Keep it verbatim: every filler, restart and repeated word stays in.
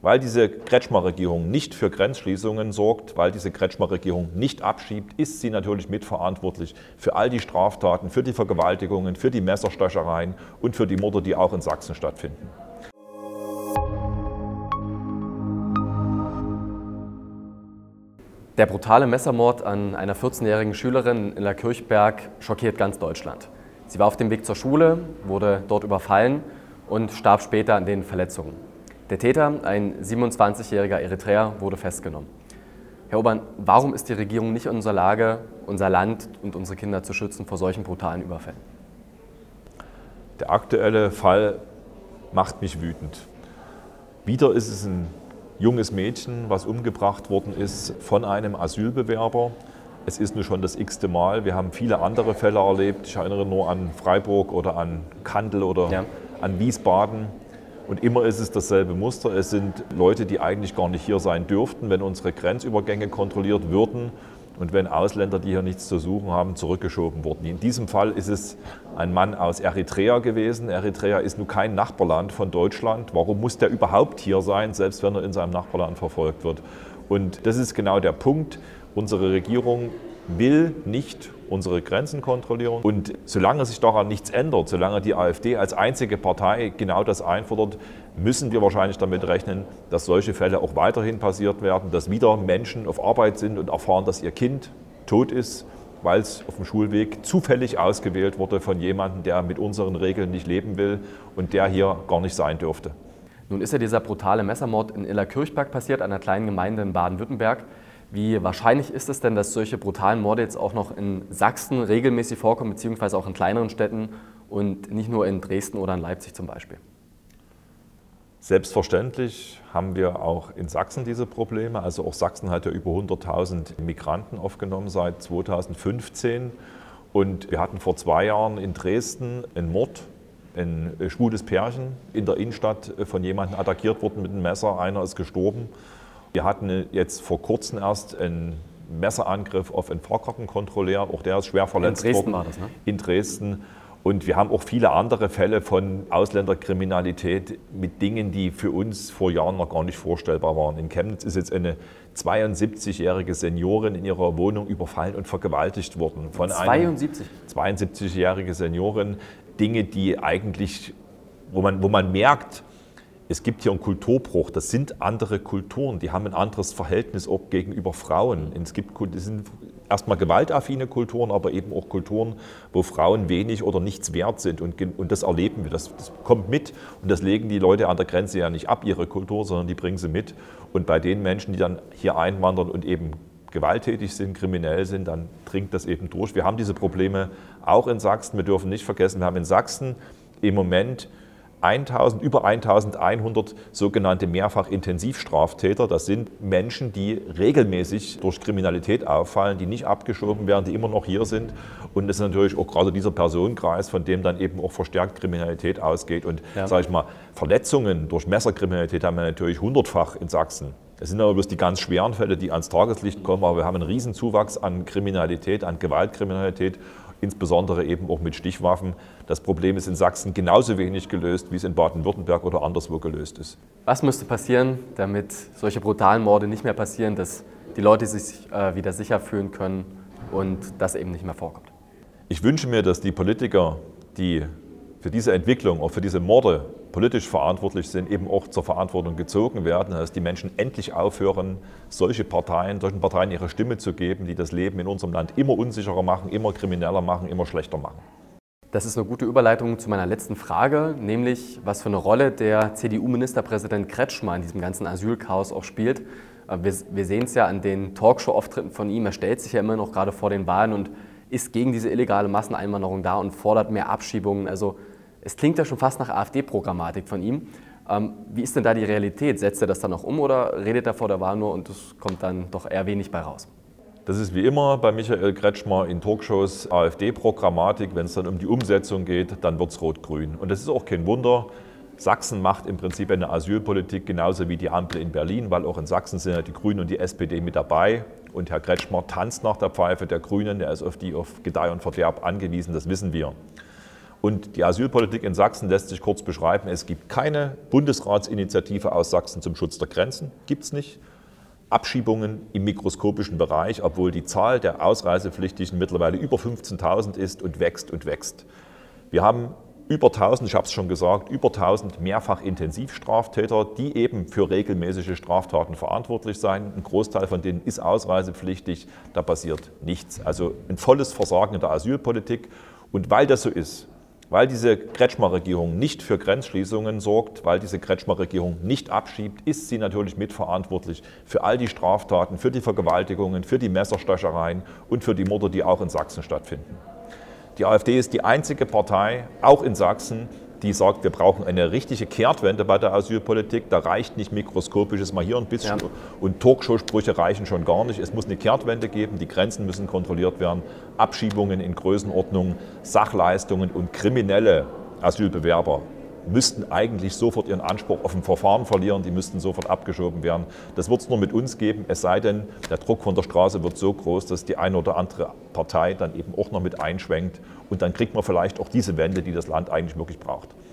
Weil diese Kretschmer-Regierung nicht für Grenzschließungen sorgt, weil diese Kretschmer-Regierung nicht abschiebt, ist sie natürlich mitverantwortlich für all die Straftaten, für die Vergewaltigungen, für die Messerstechereien und für die Morde, die auch in Sachsen stattfinden. Der brutale Messermord an einer vierzehnjährigen Schülerin in Illekirchberg schockiert ganz Deutschland. Sie war auf dem Weg zur Schule, wurde dort überfallen und starb später an den Verletzungen. Der Täter, ein siebenundzwanzigjähriger Eritreer, wurde festgenommen. Herr Obern, warum ist die Regierung nicht in unserer Lage, unser Land und unsere Kinder zu schützen vor solchen brutalen Überfällen? Der aktuelle Fall macht mich wütend. Wieder ist es ein junges Mädchen, was umgebracht worden ist von einem Asylbewerber. Es ist nur schon das x-te Mal. Wir haben viele andere Fälle erlebt. Ich erinnere nur an Freiburg oder an Kandel oder ja. an Wiesbaden. Und immer ist es dasselbe Muster. Es sind Leute, die eigentlich gar nicht hier sein dürften, wenn unsere Grenzübergänge kontrolliert würden und wenn Ausländer, die hier nichts zu suchen haben, zurückgeschoben wurden. In diesem Fall ist es ein Mann aus Eritrea gewesen. Eritrea ist nun kein Nachbarland von Deutschland. Warum muss der überhaupt hier sein, selbst wenn er in seinem Nachbarland verfolgt wird? Und das ist genau der Punkt. Unsere Regierung will nicht unsere Grenzen kontrollieren. Und solange sich daran nichts ändert, solange die AfD als einzige Partei genau das einfordert, müssen wir wahrscheinlich damit rechnen, dass solche Fälle auch weiterhin passiert werden, dass wieder Menschen auf Arbeit sind und erfahren, dass ihr Kind tot ist, weil es auf dem Schulweg zufällig ausgewählt wurde von jemandem, der mit unseren Regeln nicht leben will und der hier gar nicht sein dürfte. Nun ist ja dieser brutale Messermord in Illekirchberg passiert, einer kleinen Gemeinde in Baden-Württemberg. Wie wahrscheinlich ist es denn, dass solche brutalen Morde jetzt auch noch in Sachsen regelmäßig vorkommen, beziehungsweise auch in kleineren Städten und nicht nur in Dresden oder in Leipzig zum Beispiel? Selbstverständlich haben wir auch in Sachsen diese Probleme. Also auch Sachsen hat ja über hunderttausend Migranten aufgenommen seit zweitausendfünfzehn. Und wir hatten vor zwei Jahren in Dresden einen Mord. Ein schwules Pärchen in der Innenstadt von jemandem attackiert worden mit einem Messer. Einer ist gestorben. Wir hatten jetzt vor kurzem erst einen Messerangriff auf einen Fahrkartenkontrolleur. Auch der ist schwer verletzt worden. In Dresden war das, ne? In Dresden. Und wir haben auch viele andere Fälle von Ausländerkriminalität mit Dingen, die für uns vor Jahren noch gar nicht vorstellbar waren. In Chemnitz ist jetzt eine zweiundsiebzigjährige Seniorin in ihrer Wohnung überfallen und vergewaltigt worden. Von zweiundsiebzig? Einer zweiundsiebzigjährige Seniorin. Dinge, die eigentlich, wo man, wo man merkt, es gibt hier einen Kulturbruch. Das sind andere Kulturen, die haben ein anderes Verhältnis auch gegenüber Frauen. Es gibt, das sind erstmal gewaltaffine Kulturen, aber eben auch Kulturen, wo Frauen wenig oder nichts wert sind. Und, und das erleben wir, das, das kommt mit. Und das legen die Leute an der Grenze ja nicht ab, ihre Kultur, sondern die bringen sie mit. Und bei den Menschen, die dann hier einwandern und eben gewalttätig sind, kriminell sind, dann dringt das eben durch. Wir haben diese Probleme auch in Sachsen. Wir dürfen nicht vergessen, wir haben in Sachsen im Moment eintausend, über eintausendeinhundert sogenannte Mehrfach-Intensivstraftäter. Das sind Menschen, die regelmäßig durch Kriminalität auffallen, die nicht abgeschoben werden, die immer noch hier sind. Und das ist natürlich auch gerade dieser Personenkreis, von dem dann eben auch verstärkt Kriminalität ausgeht. Und ja. sage ich mal, Verletzungen durch Messerkriminalität haben wir natürlich hundertfach in Sachsen. Es sind aber bloß die ganz schweren Fälle, die ans Tageslicht kommen, aber wir haben einen riesen Zuwachs an Kriminalität, an Gewaltkriminalität, insbesondere eben auch mit Stichwaffen. Das Problem ist in Sachsen genauso wenig gelöst, wie es in Baden-Württemberg oder anderswo gelöst ist. Was müsste passieren, damit solche brutalen Morde nicht mehr passieren, dass die Leute sich äh, wieder sicher fühlen können und das eben nicht mehr vorkommt? Ich wünsche mir, dass die Politiker, die für diese Entwicklung, auch für diese Morde politisch verantwortlich sind, eben auch zur Verantwortung gezogen werden, dass die Menschen endlich aufhören, solche Parteien, solchen Parteien ihre Stimme zu geben, die das Leben in unserem Land immer unsicherer machen, immer krimineller machen, immer schlechter machen. Das ist eine gute Überleitung zu meiner letzten Frage, nämlich was für eine Rolle der C D U-Ministerpräsident Kretschmer in diesem ganzen Asylchaos auch spielt. Wir, wir sehen es ja an den Talkshow-Auftritten von ihm, er stellt sich ja immer noch gerade vor den Wahlen und ist gegen diese illegale Masseneinwanderung da und fordert mehr Abschiebungen. Also es klingt ja schon fast nach AfD-Programmatik von ihm. Ähm, wie ist denn da die Realität? Setzt er das dann auch um oder redet er vor der Wahl nur und es kommt dann doch eher wenig bei raus? Das ist wie immer bei Michael Kretschmer in Talkshows AfD-Programmatik. Wenn es dann um die Umsetzung geht, dann wird es rot-grün. Und das ist auch kein Wunder. Sachsen macht im Prinzip eine Asylpolitik genauso wie die Ampel in Berlin, weil auch in Sachsen sind ja die Grünen und die S P D mit dabei. Und Herr Kretschmer tanzt nach der Pfeife der Grünen, der ist auf die auf Gedeih und Verderb angewiesen, das wissen wir. Und die Asylpolitik in Sachsen lässt sich kurz beschreiben. Es gibt keine Bundesratsinitiative aus Sachsen zum Schutz der Grenzen, gibt es nicht. Abschiebungen im mikroskopischen Bereich, obwohl die Zahl der Ausreisepflichtigen mittlerweile über fünfzehntausend ist und wächst und wächst. Wir haben über tausend, ich habe es schon gesagt, über tausend mehrfach Intensivstraftäter, die eben für regelmäßige Straftaten verantwortlich sein. Ein Großteil von denen ist ausreisepflichtig, da passiert nichts. Also ein volles Versagen in der Asylpolitik. Und weil das so ist, weil diese Kretschmer-Regierung nicht für Grenzschließungen sorgt, weil diese Kretschmer-Regierung nicht abschiebt, ist sie natürlich mitverantwortlich für all die Straftaten, für die Vergewaltigungen, für die Messerstechereien und für die Morde, die auch in Sachsen stattfinden. Die AfD ist die einzige Partei, auch in Sachsen, die sagt, wir brauchen eine richtige Kehrtwende bei der Asylpolitik. Da reicht nicht mikroskopisches mal hier ein bisschen, ja. Und Talkshow-Sprüche reichen schon gar nicht. Es muss eine Kehrtwende geben, die Grenzen müssen kontrolliert werden, Abschiebungen in Größenordnung, Sachleistungen und kriminelle Asylbewerber müssten eigentlich sofort ihren Anspruch auf ein Verfahren verlieren, die müssten sofort abgeschoben werden. Das wird es nur mit uns geben, es sei denn, der Druck von der Straße wird so groß, dass die eine oder andere Partei dann eben auch noch mit einschwenkt und dann kriegt man vielleicht auch diese Wende, die das Land eigentlich wirklich braucht.